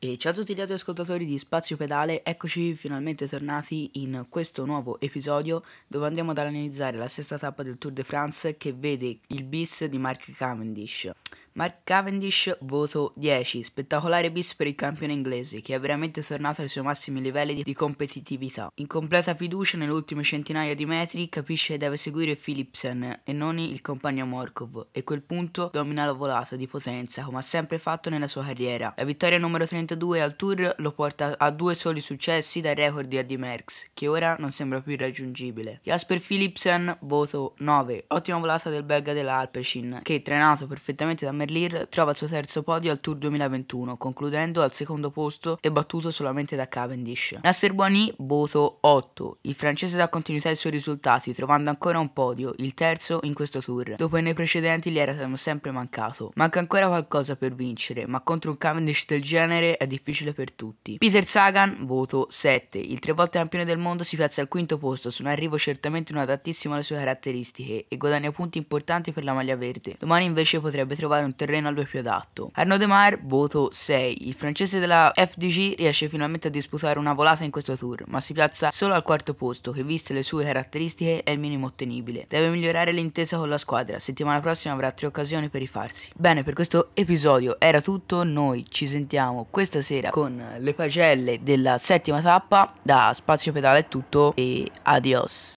E ciao a tutti gli ascoltatori di Spazio Pedale, eccoci finalmente tornati in questo nuovo episodio dove andremo ad analizzare la sesta tappa del Tour de France che vede il bis di Mark Cavendish. Mark Cavendish, voto 10, spettacolare bis per il campione inglese che è veramente tornato ai suoi massimi livelli di competitività. In completa fiducia nelle ultime centinaia di metri capisce che deve seguire Philipsen e non il compagno Morkov e a quel punto domina la volata di potenza come ha sempre fatto nella sua carriera. La vittoria numero 32 al Tour lo porta a due soli successi dal record di Eddy Merckx che ora non sembra più irraggiungibile. Jasper Philipsen, voto 9, ottima volata del belga della Alpecin che trainato perfettamente da Merlier trova il suo terzo podio al Tour 2021 concludendo al secondo posto e battuto solamente da Cavendish. Nasser Boigny, voto 8, il francese dà continuità ai suoi risultati trovando ancora un podio, il terzo in questo Tour, dopo che nei precedenti gli era sempre mancato. Manca ancora qualcosa per vincere, ma contro un Cavendish del genere è difficile per tutti. Peter Sagan, voto 7, il tre volte campione del mondo si piazza al quinto posto su un arrivo certamente non adattissimo alle sue caratteristiche e guadagna punti importanti per la maglia verde. Domani invece potrebbe trovare un terreno a lui più adatto. Arnaud Démare, voto 6, il francese della FDG riesce finalmente a disputare una volata in questo Tour, ma si piazza solo al quarto posto che viste le sue caratteristiche è il minimo ottenibile. Deve migliorare l'intesa con la squadra, settimana prossima avrà 3 occasioni per rifarsi. Bene, per questo episodio era tutto, noi ci sentiamo questa sera con le pagelle della settima tappa. Da Spazio Pedale è tutto e adios.